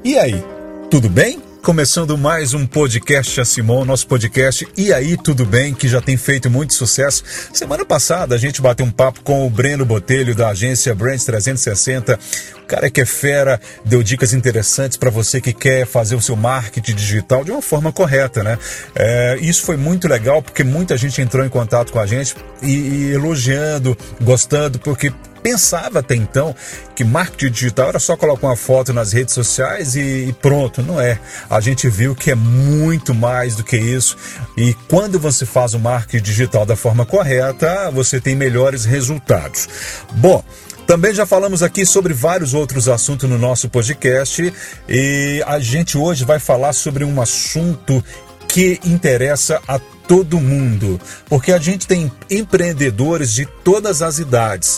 E aí, tudo bem? Começando mais um podcast Simon, nosso podcast E aí, tudo bem? Que já tem feito muito sucesso. Semana passada a gente bateu um papo com o Breno Botelho da agência Brand 360. O cara que é fera, deu dicas interessantes para você que quer fazer o seu marketing digital de uma forma correta, né? Isso foi muito legal porque muita gente entrou em contato com a gente e elogiando, gostando, porque pensava até então que marketing digital era só colocar uma foto nas redes sociais e pronto, não é. A gente viu que é muito mais do que isso e quando você faz o marketing digital da forma correta, você tem melhores resultados. Bom, também já falamos aqui sobre vários outros assuntos no nosso podcast e a gente hoje vai falar sobre um assunto que interessa a todo mundo, porque a gente tem empreendedores de todas as idades.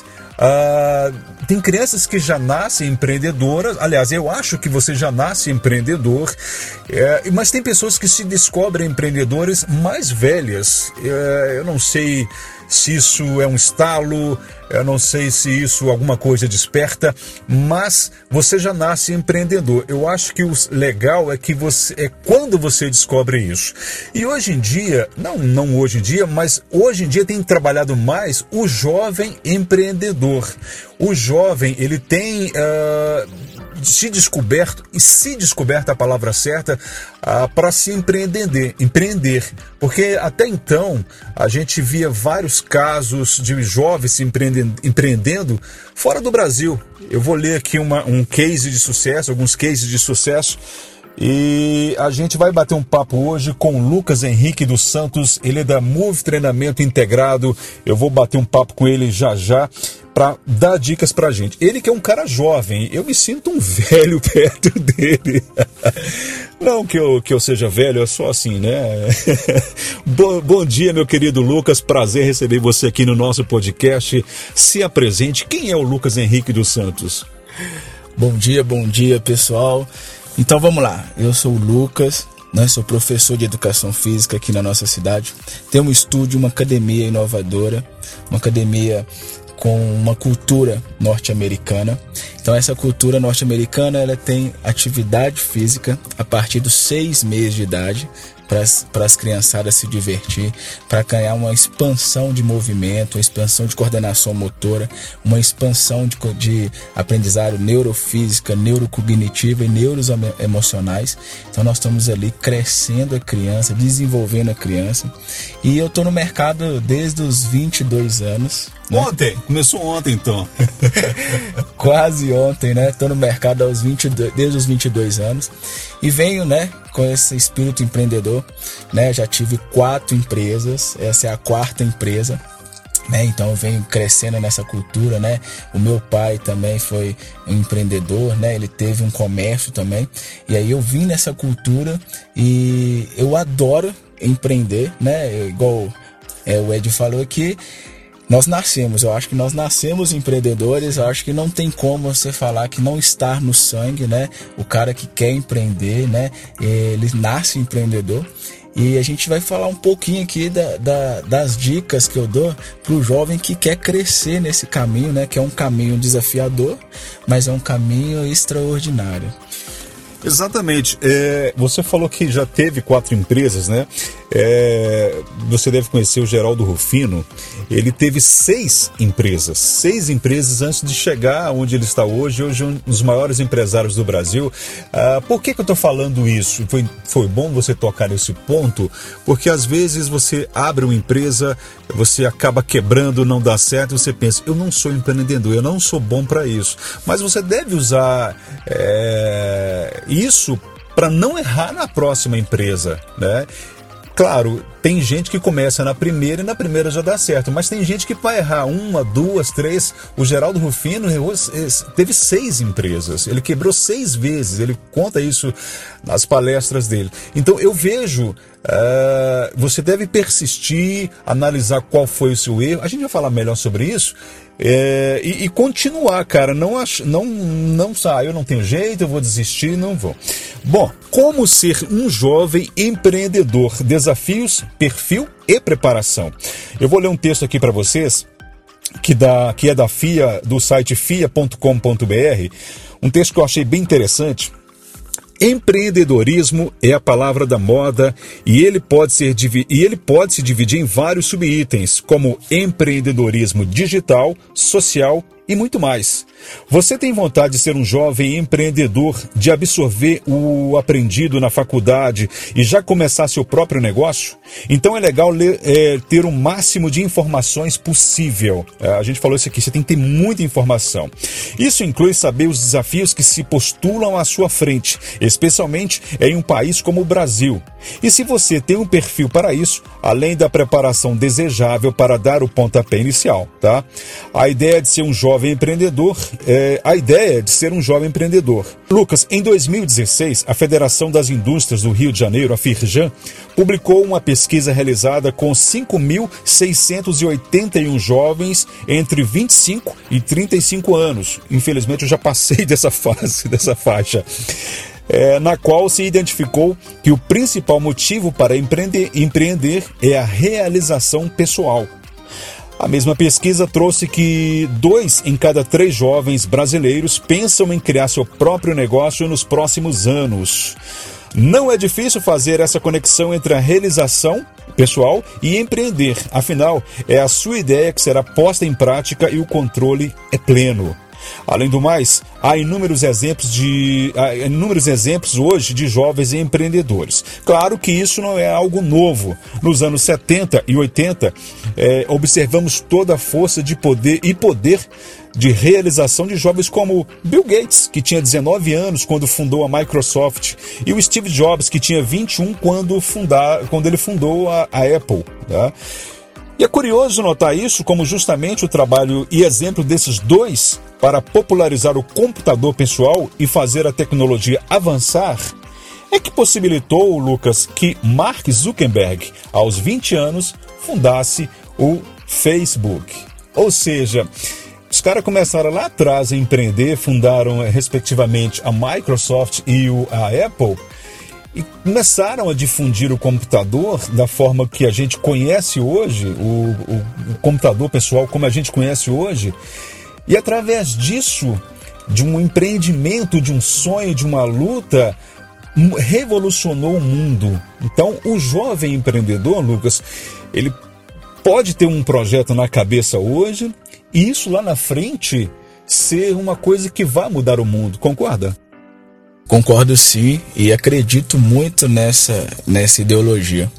Tem crianças que já nascem empreendedoras. Aliás, eu acho que você já nasce empreendedor, mas tem pessoas que se descobrem empreendedores mais velhas. Eu não sei se isso é um estalo, eu não sei se isso alguma coisa desperta, mas você já nasce empreendedor. Eu acho que o legal é que quando você descobre isso. E hoje em dia, não hoje em dia, mas hoje em dia tem trabalhado mais o jovem empreendedor. O jovem, ele tem se descoberto a palavra certa, para se empreender. Porque até então a gente via vários casos de jovens se empreendendo fora do Brasil. Eu vou ler aqui alguns cases de sucesso. E a gente vai bater um papo hoje com o Lucas Henrique dos Santos. Ele é da Move Treinamento Integrado. Eu vou bater um papo com ele já para dar dicas pra gente. Ele que é um cara jovem, eu me sinto um velho perto dele. Não que eu seja velho, é só assim, né? Bom dia, meu querido Lucas, prazer receber você aqui no nosso podcast. Se apresente, quem é o Lucas Henrique dos Santos? Bom dia, pessoal. Então vamos lá, eu sou o Lucas, né? Sou professor de educação física aqui na nossa cidade. Tenho um estúdio, uma academia inovadora, uma academia com uma cultura norte-americana. Então essa cultura norte-americana, ela tem atividade física a partir dos 6 meses de idade, para as criançadas se divertir, para ganhar uma expansão de movimento, uma expansão de coordenação motora, uma expansão de aprendizado neurofísica, neurocognitiva e neuroemocionais. Então nós estamos ali crescendo a criança, desenvolvendo a criança. E eu estou no mercado desde os 22 anos. Né? Começou ontem então. Quase ontem, né? Estou no mercado desde os 22 anos e venho, né, com esse espírito empreendedor, né? Já tive 4 empresas, essa é a 4ª empresa, né? Então eu venho crescendo nessa cultura, né? O meu pai também foi um empreendedor, né? Ele teve um comércio também, e aí eu vim nessa cultura e eu adoro empreender, né? Igual o Ed falou aqui. Eu acho que nós nascemos empreendedores, eu acho que não tem como você falar que não está no sangue, né? O cara que quer empreender, né? Ele nasce empreendedor. E a gente vai falar um pouquinho aqui das dicas que eu dou para o jovem que quer crescer nesse caminho, né? Que é um caminho desafiador, mas é um caminho extraordinário. Exatamente. Você falou que já teve 4 empresas, né? Você deve conhecer o Geraldo Rufino. Ele teve 6 empresas antes de chegar onde ele está hoje um dos maiores empresários do Brasil. Por que eu estou falando isso? Foi bom você tocar nesse ponto, porque às vezes você abre uma empresa, você acaba quebrando, não dá certo, você pensa, eu não sou empreendedor, eu não sou bom para isso. Mas você deve usar isso para não errar na próxima empresa, né? Claro, tem gente que começa na primeira e na primeira já dá certo, mas tem gente que vai errar 1, 2, 3. O Geraldo Rufino teve 6 empresas, ele quebrou 6 vezes, ele conta isso nas palestras dele. Então eu vejo, você deve persistir, analisar qual foi o seu erro, a gente vai falar melhor sobre isso, e continuar, cara, não eu não tenho jeito, eu vou desistir, não vou. Bom, como ser um jovem empreendedor, desafios, perfil e preparação. Eu vou ler um texto aqui para vocês, que é da FIA, do site fia.com.br, um texto que eu achei bem interessante. Empreendedorismo é a palavra da moda e ele pode se dividir em vários subitens, como empreendedorismo digital, social e muito mais. Você tem vontade de ser um jovem empreendedor, de absorver o aprendido na faculdade e já começar seu próprio negócio? Então é legal ter o máximo de informações possível. A gente falou isso aqui, você tem que ter muita informação. Isso inclui saber os desafios que se postulam à sua frente, especialmente em um país como o Brasil. E se você tem um perfil para isso, além da preparação desejável para dar o pontapé inicial, tá? A ideia de ser um jovem empreendedor. Lucas, em 2016, a Federação das Indústrias do Rio de Janeiro, a FIRJAN, publicou uma pesquisa realizada com 5.681 jovens entre 25 e 35 anos. Infelizmente, eu já passei dessa faixa. Na qual se identificou que o principal motivo para empreender é a realização pessoal. A mesma pesquisa trouxe que 2 em cada 3 jovens brasileiros pensam em criar seu próprio negócio nos próximos anos. Não é difícil fazer essa conexão entre a realização pessoal e empreender. Afinal, é a sua ideia que será posta em prática e o controle é pleno. Além do mais, há inúmeros exemplos hoje de jovens empreendedores. Claro que isso não é algo novo. Nos anos 70 e 80, observamos toda a força de poder de realização de jovens como Bill Gates, que tinha 19 anos quando fundou a Microsoft, e o Steve Jobs, que tinha 21 quando ele fundou a Apple, tá? E é curioso notar isso, como justamente o trabalho e exemplo desses dois para popularizar o computador pessoal e fazer a tecnologia avançar é que possibilitou, Lucas, que Mark Zuckerberg, aos 20 anos, fundasse o Facebook. Ou seja, os caras começaram lá atrás a empreender, fundaram respectivamente a Microsoft e a Apple, e começaram a difundir o computador da forma que a gente conhece hoje, o computador pessoal como a gente conhece hoje, e através disso, de um empreendimento, de um sonho, de uma luta, revolucionou o mundo. Então, o jovem empreendedor, Lucas, ele pode ter um projeto na cabeça hoje, e isso lá na frente ser uma coisa que vai mudar o mundo, concorda? Concordo sim, e acredito muito nessa ideologia.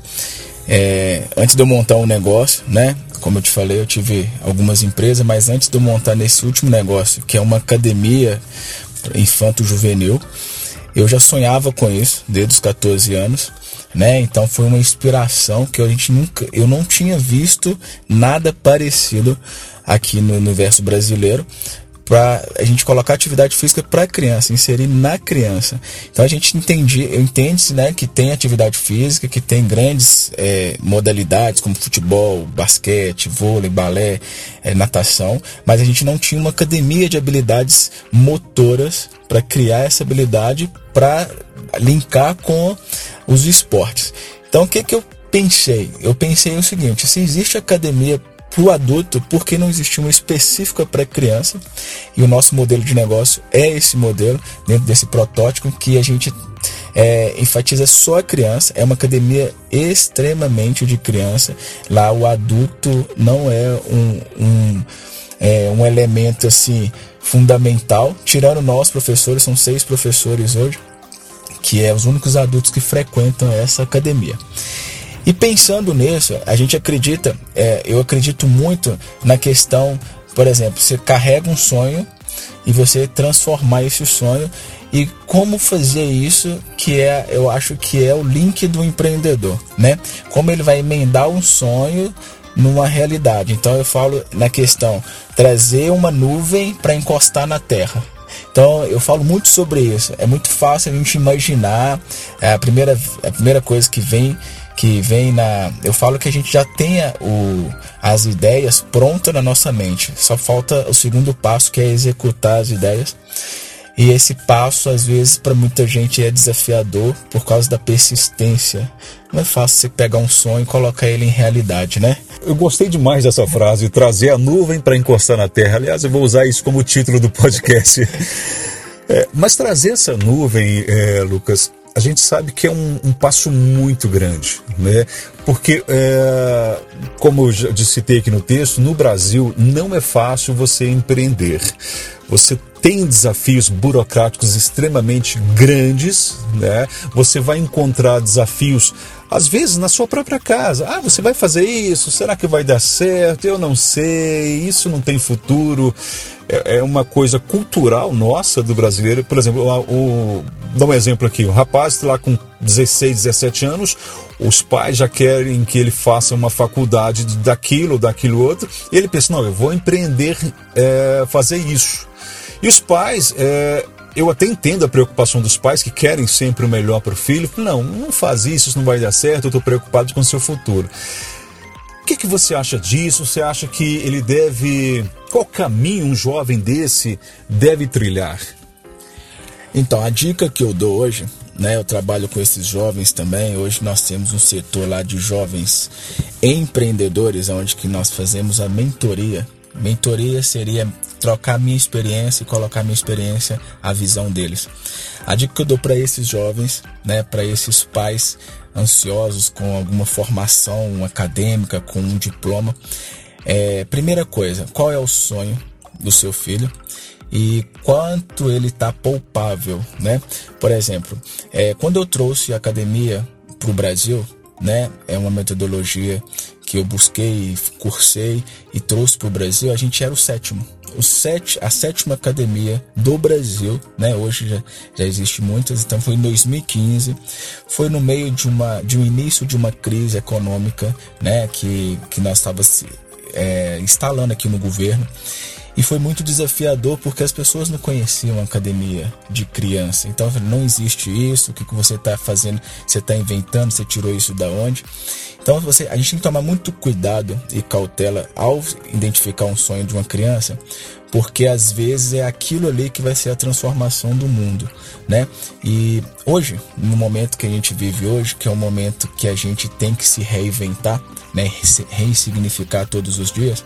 Antes de eu montar um negócio, né? Como eu te falei, eu tive algumas empresas, mas antes de eu montar nesse último negócio, que é uma academia infanto-juvenil, eu já sonhava com isso desde os 14 anos, né? Então foi uma inspiração que eu não tinha visto nada parecido aqui no universo brasileiro, para a gente colocar atividade física para a criança, inserir na criança. Então a gente entende, né, que tem atividade física, que tem grandes modalidades como futebol, basquete, vôlei, balé, natação, mas a gente não tinha uma academia de habilidades motoras para criar essa habilidade para linkar com os esportes. Então o que eu pensei? Eu pensei o seguinte: se existe academia para o adulto, por que não existe uma específica para criança? E o nosso modelo de negócio é esse modelo, dentro desse protótipo, que a gente enfatiza só a criança. É uma academia extremamente de criança. Lá o adulto não é um elemento assim fundamental, tirando nós professores, são 6 professores hoje, que é os únicos adultos que frequentam essa academia. E pensando nisso, a gente acredita, eu acredito muito na questão, por exemplo, você carrega um sonho e você transformar esse sonho, e como fazer isso, eu acho que é o link do empreendedor, né? Como ele vai emendar um sonho numa realidade. Então eu falo na questão, trazer uma nuvem para encostar na terra. Então eu falo muito sobre isso. É muito fácil a gente imaginar, a primeira coisa que vem eu falo que a gente já tem as ideias prontas na nossa mente, só falta o segundo passo, que é executar as ideias. E esse passo, às vezes, para muita gente é desafiador por causa da persistência. Não é fácil você pegar um sonho e colocar ele em realidade, né? Eu gostei demais dessa frase, trazer a nuvem para encostar na terra. Aliás, eu vou usar isso como título do podcast. Mas trazer essa nuvem, Lucas, a gente sabe que é um passo muito grande, né? Porque, como eu já citei aqui no texto, no Brasil não é fácil você empreender. Você tem desafios burocráticos extremamente grandes, né? Você vai encontrar desafios, às vezes, na sua própria casa. Ah, você vai fazer isso? Será que vai dar certo? Eu não sei, isso não tem futuro. É uma coisa cultural nossa do brasileiro. Por exemplo, dá um exemplo aqui, o rapaz está lá com 16, 17 anos, os pais já querem que ele faça uma faculdade daquilo outro, e ele pensa, não, eu vou empreender, fazer isso. E os pais, eu até entendo a preocupação dos pais que querem sempre o melhor para o filho. Não faz isso não vai dar certo, eu estou preocupado com o seu futuro. O que você acha disso? Você acha que ele deve... Qual caminho um jovem desse deve trilhar? Então, a dica que eu dou hoje, né, eu trabalho com esses jovens também. Hoje nós temos um setor lá de jovens empreendedores, onde que nós fazemos a mentoria. Mentoria seria trocar minha experiência e colocar minha experiência à visão deles. A dica que eu dou para esses jovens, né, para esses pais ansiosos com alguma formação acadêmica, com um diploma, primeira coisa, qual é o sonho do seu filho e quanto ele está poupável, né? Por exemplo, quando eu trouxe a academia para o Brasil, né, é uma metodologia que eu busquei, cursei e trouxe para o Brasil. A gente era a sétima academia do Brasil, né? Hoje já existe muitas, então foi em 2015, foi no meio de um início de uma crise econômica, né, que nós estávamos instalando aqui no governo. E foi muito desafiador porque as pessoas não conheciam a academia de criança. Então, não existe isso, o que você está fazendo, você está inventando, você tirou isso da onde? Então, a gente tem que tomar muito cuidado e cautela ao identificar um sonho de uma criança, porque às vezes é aquilo ali que vai ser a transformação do mundo, né? E hoje, no momento que a gente vive hoje, que é um momento que a gente tem que se reinventar, né? Ressignificar todos os dias,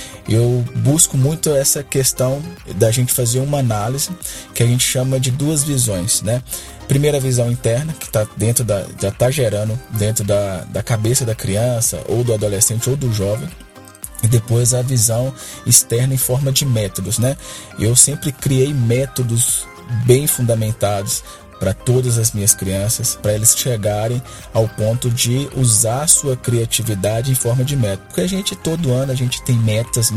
eu busco muito essa questão da gente fazer uma análise que a gente chama de duas visões, né? Primeira visão interna, que está dentro já está gerando dentro da cabeça da criança, ou do adolescente, ou do jovem. E depois a visão externa em forma de métodos, né? Eu sempre criei métodos bem fundamentados para todas as minhas crianças, para eles chegarem ao ponto de usar a sua criatividade em forma de método. Porque todo ano, a gente tem metas,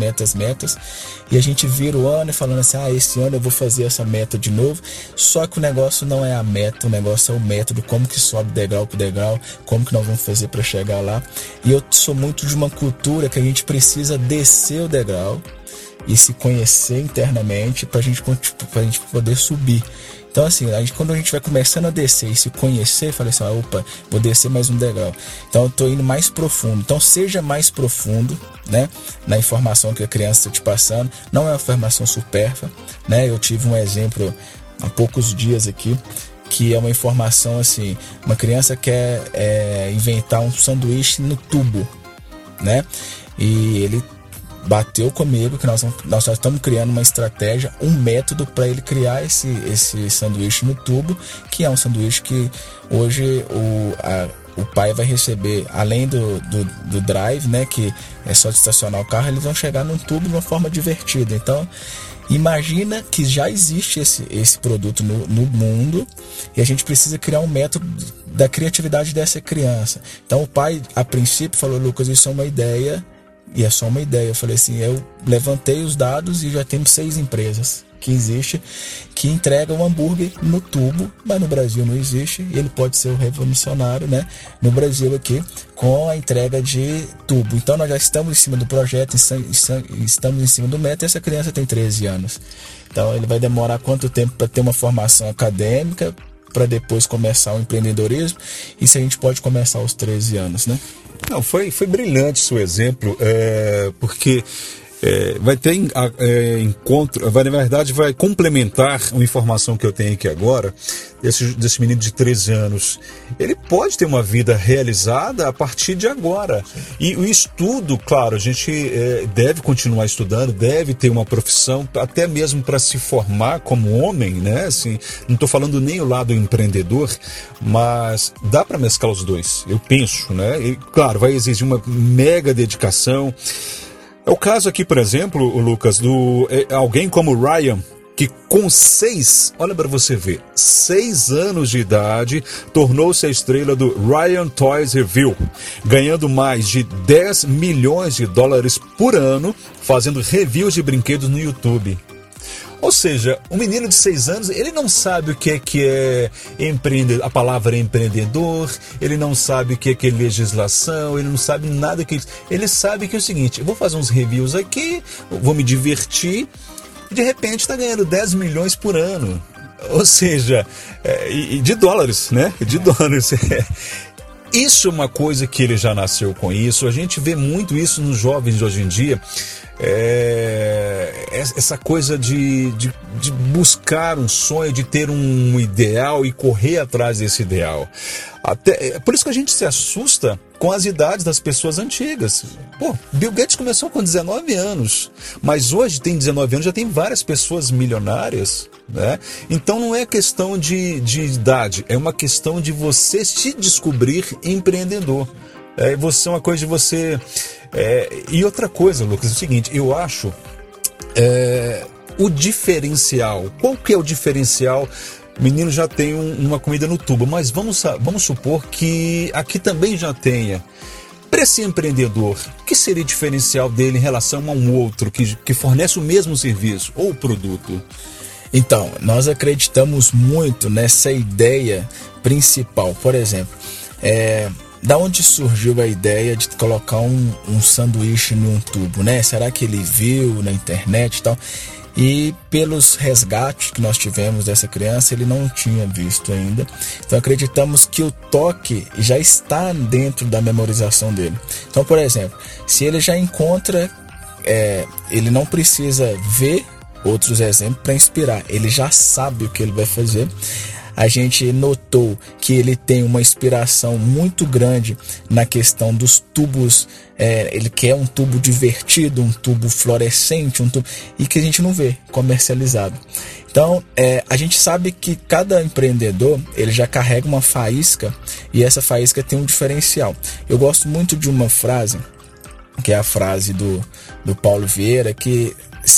e a gente vira o ano e falando assim, esse ano eu vou fazer essa meta de novo, só que o negócio não é a meta, o negócio é o método, como que sobe degrau por degrau, como que nós vamos fazer para chegar lá. E eu sou muito de uma cultura que a gente precisa descer o degrau e se conhecer internamente para a gente poder subir. Então, assim, quando a gente vai começando a descer e se conhecer, falei assim, vou descer mais um degrau. Então, eu estou indo mais profundo. Então, seja mais profundo, né, na informação que a criança está te passando. Não é uma informação supérflua, né? Eu tive um exemplo há poucos dias aqui, que é uma informação assim, uma criança quer inventar um sanduíche no tubo, né? E ele bateu comigo que nós já estamos criando uma estratégia, um método para ele criar esse sanduíche no tubo, que é um sanduíche que hoje o pai vai receber, além do drive, né, que é só de estacionar o carro, eles vão chegar num tubo de uma forma divertida. Então, imagina que já existe esse produto no mundo e a gente precisa criar um método da criatividade dessa criança. Então, o pai, a princípio, falou, Lucas, isso é uma ideia. E é só uma ideia. Eu falei assim, eu levantei os dados e já temos 6 empresas que existem que entregam um hambúrguer no tubo, mas no Brasil não existe. E ele pode ser o revolucionário, né? No Brasil aqui, com a entrega de tubo. Então nós já estamos em cima do projeto, estamos em cima do método. E essa criança tem 13 anos. Então ele vai demorar quanto tempo para ter uma formação acadêmica, para depois começar o empreendedorismo? Isso a gente pode começar aos 13 anos, né? Não, foi brilhante seu exemplo, porque vai ter encontro, na verdade vai complementar uma informação que eu tenho aqui agora, desse menino de 13 anos. Ele pode ter uma vida realizada a partir de agora. E o estudo, claro, a gente deve continuar estudando, deve ter uma profissão, até mesmo para se formar como homem, né? Assim, não estou falando nem o lado empreendedor, mas dá para mesclar os dois, eu penso, né? E, claro, vai exigir uma mega dedicação. É o caso aqui, por exemplo, Lucas, alguém como o Ryan, que com 6, olha para você ver, 6 anos de idade, tornou-se a estrela do Ryan Toys Review, ganhando mais de 10 milhões de dólares por ano, fazendo reviews de brinquedos no YouTube. Ou seja, um menino de 6 anos, ele não sabe o que é a palavra empreendedor, ele não sabe o que é legislação, ele não sabe nada que... Ele sabe que é o seguinte, eu vou fazer uns reviews aqui, vou me divertir, e de repente está ganhando 10 milhões por ano. Ou seja, de dólares, né? De dólares. Isso é uma coisa que ele já nasceu com isso. A gente vê muito isso nos jovens de hoje em dia. Essa coisa de buscar um sonho, de ter um ideal e correr atrás desse ideal. Por isso que a gente se assusta com as idades das pessoas antigas. Pô, Bill Gates começou com 19 anos, mas hoje tem 19 anos, já tem várias pessoas milionárias, né? Então não é questão de idade, é uma questão de você se descobrir empreendedor. Você é uma coisa de você... E outra coisa, Lucas, é o seguinte, eu acho o diferencial. Qual que é o diferencial? O menino já tem uma comida no tubo, mas vamos supor que aqui também já tenha. Para esse empreendedor, o que seria o diferencial dele em relação a um outro que fornece o mesmo serviço ou produto? Então, nós acreditamos muito nessa ideia principal. Por exemplo, da onde surgiu a ideia de colocar um sanduíche num tubo, né? Será que ele viu na internet e tal? E pelos resgates que nós tivemos dessa criança, ele não tinha visto ainda. Então acreditamos que o toque já está dentro da memorização dele. Então, por exemplo, se ele já encontra, ele não precisa ver outros exemplos para inspirar. Ele já sabe o que ele vai fazer. A gente notou que ele tem uma inspiração muito grande na questão dos tubos. Ele quer um tubo divertido, um tubo fluorescente, e que a gente não vê comercializado. Então, a gente sabe que cada empreendedor, ele já carrega uma faísca, e essa faísca tem um diferencial. Eu gosto muito de uma frase, que é a frase do Paulo Vieira, que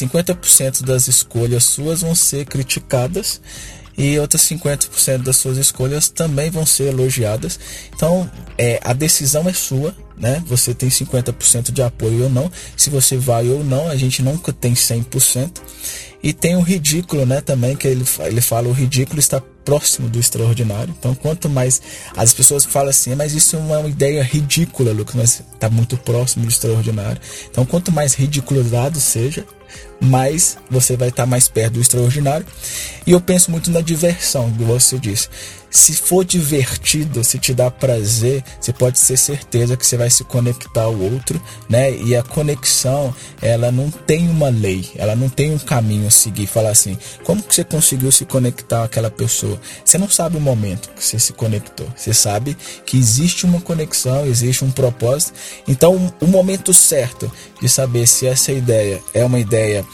50% das escolhas suas vão ser criticadas, e outras 50% das suas escolhas também vão ser elogiadas. Então, a decisão é sua, né? Você tem 50% de apoio ou não. Se você vai ou não, a gente nunca tem 100%. E tem o ridículo, né? Também, que ele fala, o ridículo está próximo do extraordinário. Então, quanto mais as pessoas falam assim, mas isso é uma ideia ridícula, Lucas, mas está muito próximo do extraordinário. Então, quanto mais ridicularizado seja, mais você vai estar mais perto do extraordinário. E eu penso muito na diversão, que você disse. Se for divertido, se te dá prazer, você pode ter certeza que você vai se conectar ao outro, né? E a conexão, ela não tem uma lei, ela não tem um caminho a seguir. Falar assim, como que você conseguiu se conectar àquela pessoa? Você não sabe o momento que você se conectou. Você sabe que existe uma conexão, existe um propósito. Então, o momento certo de saber se essa ideia é uma ideia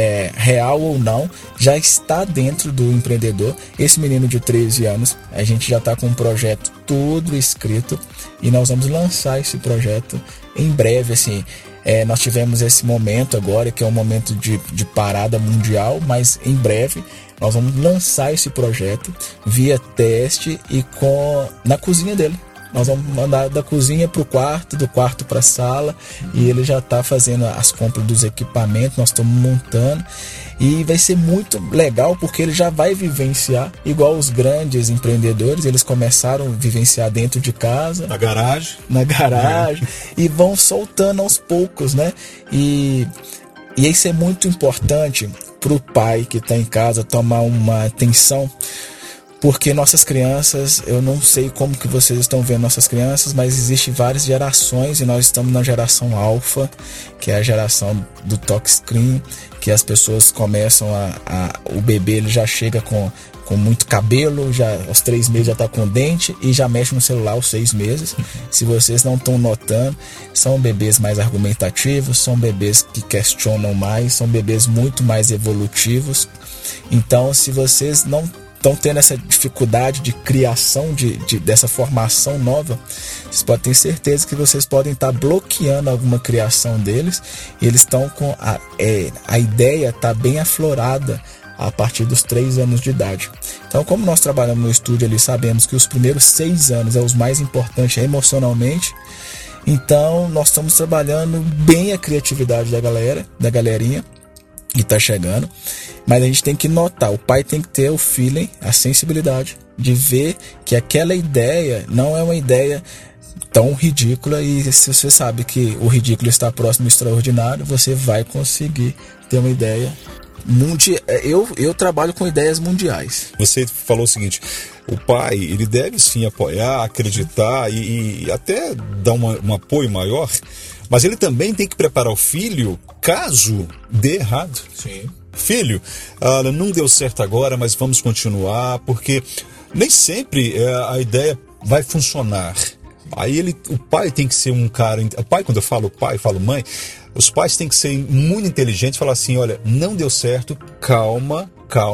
real ou não, já está dentro do empreendedor. Esse menino de 13 anos, a gente já está com um projeto todo escrito e nós vamos lançar esse projeto em breve. Assim, nós tivemos esse momento agora, que é um momento de parada mundial, mas em breve nós vamos lançar esse projeto via teste e na cozinha dele. Nós vamos mandar da cozinha para o quarto, do quarto para a sala, e ele já está fazendo as compras dos equipamentos, nós estamos montando, e vai ser muito legal porque ele já vai vivenciar, igual os grandes empreendedores, eles começaram a vivenciar dentro de casa, na garagem, e vão soltando aos poucos, né? E isso é muito importante para o pai que está em casa tomar uma atenção. porque nossas crianças, eu não sei como que vocês estão vendo nossas crianças, mas existem várias gerações e nós estamos na geração alfa, que é a geração do touchscreen, que as pessoas começam o bebê ele já chega com muito cabelo, já aos 3 meses já está com dente e já mexe no celular aos 6 meses. Se vocês não estão notando, são bebês mais argumentativos, são bebês que questionam mais, são bebês muito mais evolutivos. Então, se vocês não estão tendo essa dificuldade de criação dessa formação nova, vocês podem ter certeza que vocês podem estar bloqueando alguma criação deles. E eles estão com a ideia está bem aflorada a partir dos 3 anos de idade. Então, como nós trabalhamos no estúdio ali, sabemos que os primeiros 6 anos é os mais importantes emocionalmente. Então, nós estamos trabalhando bem a criatividade da galerinha que está chegando. Mas a gente tem que notar, o pai tem que ter o feeling, a sensibilidade de ver que aquela ideia não é uma ideia tão ridícula, e se você sabe que o ridículo está próximo do extraordinário, você vai conseguir ter uma ideia mundial. Eu trabalho com ideias mundiais. Você falou o seguinte: o pai ele deve sim apoiar, acreditar e até dar um apoio maior, mas ele também tem que preparar o filho caso dê errado. Sim. Filho, não deu certo agora, mas vamos continuar, porque nem sempre a ideia vai funcionar. Aí o pai tem que ser um cara... O pai, quando eu falo pai, falo mãe, os pais têm que ser muito inteligentes e falar assim: olha, não deu certo, calma,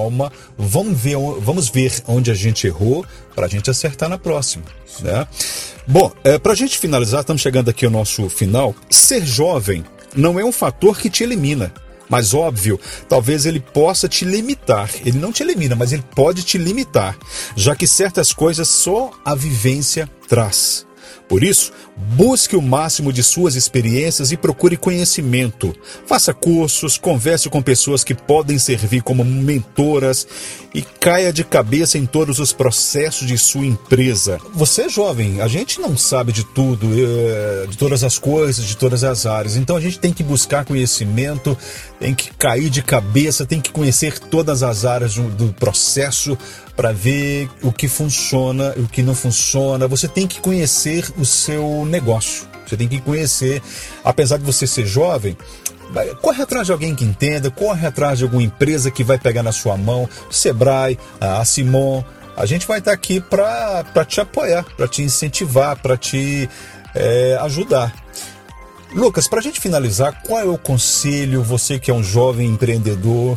vamos ver onde a gente errou para a gente acertar na próxima, né? Bom, para a gente finalizar, estamos chegando aqui ao nosso final. Ser jovem não é um fator que te elimina, mas óbvio, talvez ele possa te limitar. Ele não te elimina, mas ele pode te limitar, já que certas coisas só a vivência traz. Por isso, busque o máximo de suas experiências e procure conhecimento. Faça cursos, converse com pessoas que podem servir como mentoras e caia de cabeça em todos os processos de sua empresa. Você é jovem, a gente não sabe de tudo, de todas as coisas, de todas as áreas. Então a gente tem que buscar conhecimento, tem que cair de cabeça, tem que conhecer todas as áreas do processo para ver o que funciona e o que não funciona. Você tem que conhecer o seu negócio. Você tem que conhecer, apesar de você ser jovem, corre atrás de alguém que entenda, corre atrás de alguma empresa que vai pegar na sua mão, Sebrae, a Simon. A gente vai estar aqui para te apoiar, para te incentivar, para te ajudar. Lucas, para a gente finalizar, qual é o conselho, você que é um jovem empreendedor,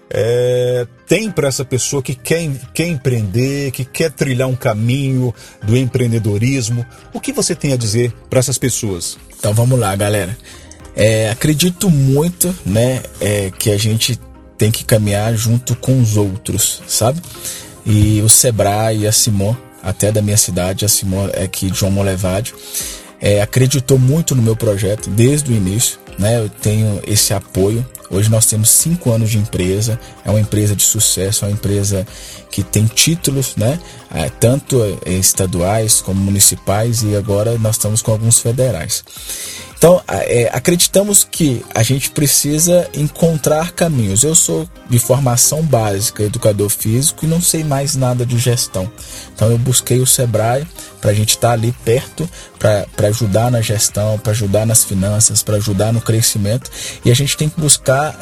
tem para essa pessoa que quer empreender, que quer trilhar um caminho do empreendedorismo? O que você tem a dizer para essas pessoas? Então vamos lá, galera. Acredito muito, né, que a gente tem que caminhar junto com os outros, sabe? E o Sebrae e a Simon, até da minha cidade, a Simon é aqui de João Molevade, acreditou muito no meu projeto desde o início, né? Eu tenho esse apoio. Hoje nós temos 5 anos de empresa, é uma empresa de sucesso, é uma empresa que tem títulos, né? Tanto estaduais como municipais, e agora nós estamos com alguns federais. Então, acreditamos que a gente precisa encontrar caminhos. Eu sou de formação básica, educador físico, e não sei mais nada de gestão. Então, eu busquei o Sebrae para a gente estar ali perto, para ajudar na gestão, para ajudar nas finanças, para ajudar no crescimento. E a gente tem que buscar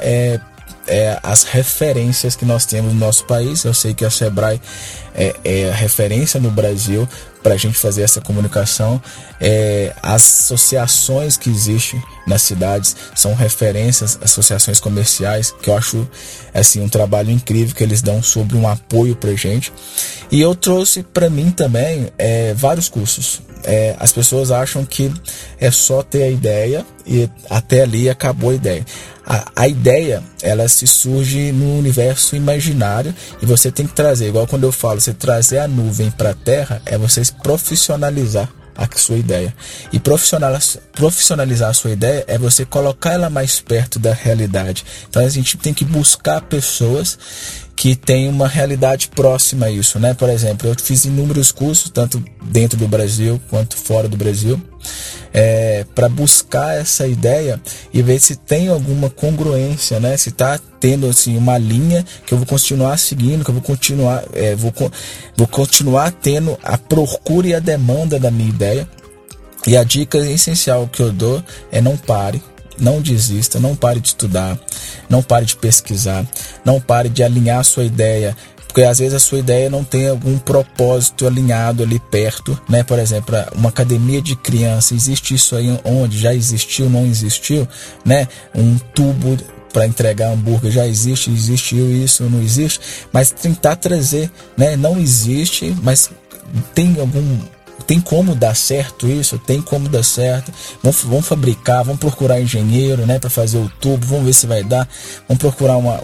as referências que nós temos no nosso país. Eu sei que a Sebrae é a referência no Brasil para a gente fazer essa comunicação. As associações que existem nas cidades são referências, associações comerciais, que eu acho assim, um trabalho incrível que eles dão sobre um apoio para a gente. E eu trouxe para mim também vários cursos. As pessoas acham que é só ter a ideia e até ali acabou a ideia. A ideia, ela se surge no universo imaginário, e você tem que trazer, igual quando eu falo, você trazer a nuvem para a terra, é você profissionalizar a sua ideia. E profissionalizar a sua ideia é você colocar ela mais perto da realidade. Então a gente tem que buscar pessoas que tem uma realidade próxima a isso, né? Por exemplo, eu fiz inúmeros cursos, tanto dentro do Brasil quanto fora do Brasil, para buscar essa ideia e ver se tem alguma congruência, né? Se está tendo assim uma linha que eu vou continuar seguindo, que eu vou continuar tendo a procura e a demanda da minha ideia. E a dica essencial que eu dou é: não pare, não desista, não pare de estudar, não pare de pesquisar, não pare de alinhar a sua ideia, porque às vezes a sua ideia não tem algum propósito alinhado ali perto, né? Por exemplo, uma academia de criança, existe isso aí onde? Já existiu, não existiu, né? Um tubo para entregar hambúrguer já existiu isso, não existe, mas tentar trazer, né? Não existe, mas tem como dar certo isso? Tem como dar certo. Vamos fabricar, vamos procurar engenheiro, né, para fazer o tubo, vamos ver se vai dar. Vamos procurar uma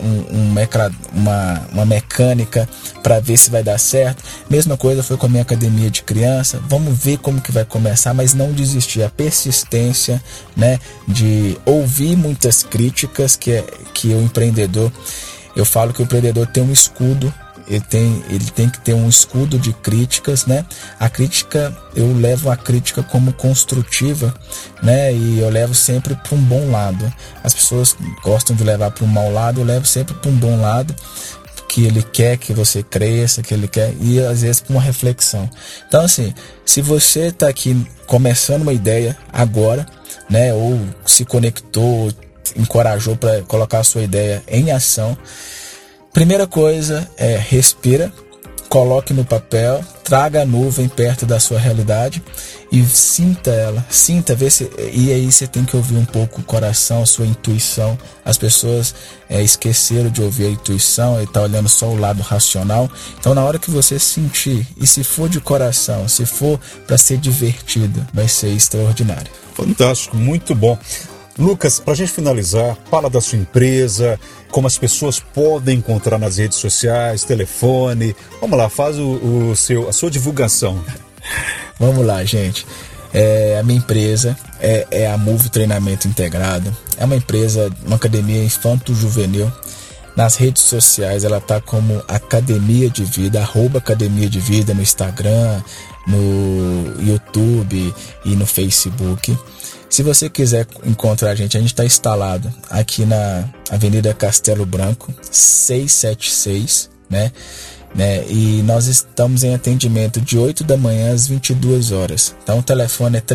mecânica para ver se vai dar certo. Mesma coisa foi com a minha academia de criança. Vamos ver como que vai começar, mas não desistir. A persistência, né, de ouvir muitas críticas, que o empreendedor, eu falo que o empreendedor tem um escudo. Ele tem que ter um escudo de críticas, né? Eu levo a crítica como construtiva, né? E eu levo sempre para um bom lado. As pessoas gostam de levar para um mau lado, eu levo sempre para um bom lado, que ele quer que você cresça, que ele quer, e às vezes para uma reflexão. Então, assim, se você está aqui começando uma ideia agora, né? Ou se conectou, encorajou para colocar a sua ideia em ação, primeira coisa é: respira, coloque no papel, traga a nuvem perto da sua realidade e sinta ela, e aí você tem que ouvir um pouco o coração, a sua intuição. As pessoas esqueceram de ouvir a intuição e tá olhando só o lado racional. Então, na hora que você sentir, e se for de coração, se for para ser divertido, vai ser extraordinário. Fantástico, muito bom. Lucas, para a gente finalizar, fala da sua empresa, como as pessoas podem encontrar nas redes sociais, telefone. Vamos lá, faz a sua divulgação. Vamos lá, gente. A minha empresa é a Move Treinamento Integrado. É uma empresa, uma academia infanto-juvenil. Nas redes sociais ela está como Academia de Vida, @Academia de Vida no Instagram, no YouTube e no Facebook. Se você quiser encontrar a gente está instalado aqui na Avenida Castelo Branco, 676, né? E nós estamos em atendimento de 8 da manhã às 22 horas. Então o telefone é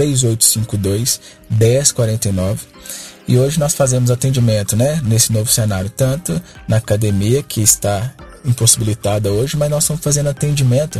3852-1049. E hoje nós fazemos atendimento, né, nesse novo cenário, tanto na academia, que está impossibilitada hoje, mas nós estamos fazendo atendimento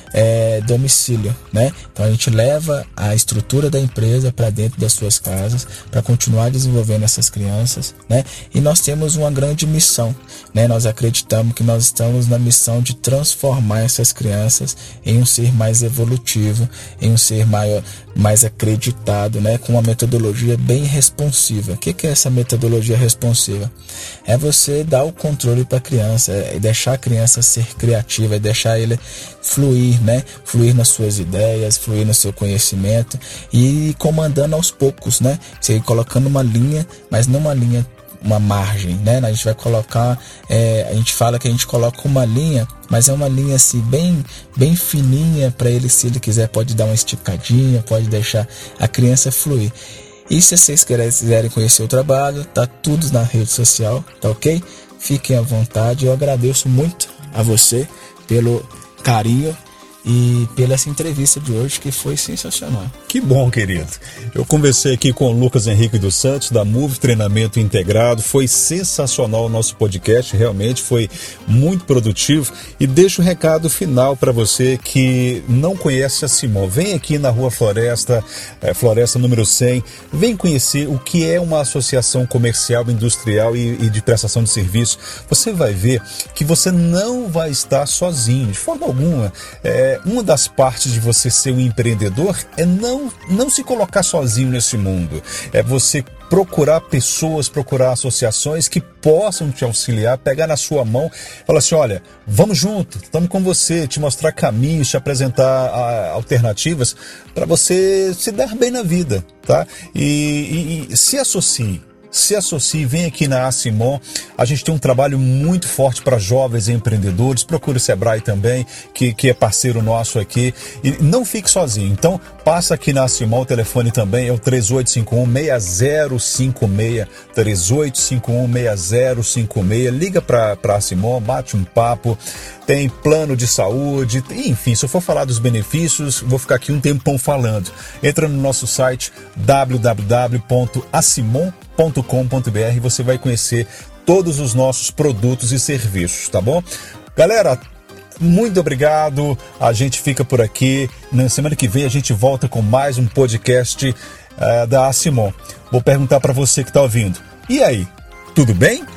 domicílio, né? Então a gente leva a estrutura da empresa para dentro das suas casas para continuar desenvolvendo essas crianças, né? E nós temos uma grande missão, né? Nós acreditamos que nós estamos na missão de transformar essas crianças em um ser mais evolutivo, em um ser mais acreditado, né? Com uma metodologia bem responsiva. O que é essa metodologia responsiva? É você dar o controle para a criança, é deixar a criança ser criativa, é deixar ele fluir, né? Fluir nas suas ideias, fluir no seu conhecimento e ir comandando aos poucos, né? Você ir colocando uma linha, mas não uma margem, né? A gente vai colocar, a gente fala que a gente coloca uma linha, mas é uma linha assim bem fininha para ele, se ele quiser pode dar uma esticadinha, pode deixar a criança fluir. E se vocês quiserem conhecer o trabalho, tá tudo na rede social, tá ok? Fiquem à vontade. Eu agradeço muito a você pelo carinho e pela essa entrevista de hoje, que foi sensacional. Que bom, querido. Eu conversei aqui com o Lucas Henrique dos Santos, da Move Treinamento Integrado. Foi sensacional o nosso podcast, realmente foi muito produtivo. E deixo um recado final para você que não conhece a Simon. Vem aqui na Rua Floresta, Floresta número 100. Vem conhecer o que é uma associação comercial, industrial e de prestação de serviço. Você vai ver que você não vai estar sozinho, de forma alguma. Uma das partes de você ser um empreendedor é não se colocar sozinho nesse mundo. É você procurar pessoas, procurar associações que possam te auxiliar, pegar na sua mão, falar assim: olha, vamos junto, estamos com você, te mostrar caminhos, te apresentar alternativas para você se dar bem na vida, tá? E se associe. se associe, vem aqui na Assimon. A gente tem um trabalho muito forte para jovens empreendedores. Procure o Sebrae também, que é parceiro nosso aqui. E não fique sozinho. Então, passa aqui na Assimon, o telefone também é o 3851-6056, 3851-6056. Liga para a Assimon, bate um papo. Tem plano de saúde, enfim, se eu for falar dos benefícios, vou ficar aqui um tempão falando. Entra no nosso site www.assimon.com.br e você vai conhecer todos os nossos produtos e serviços, tá bom? Galera, muito obrigado, a gente fica por aqui. Na semana que vem a gente volta com mais um podcast da Assimon. Vou perguntar para você que está ouvindo, e aí, tudo bem?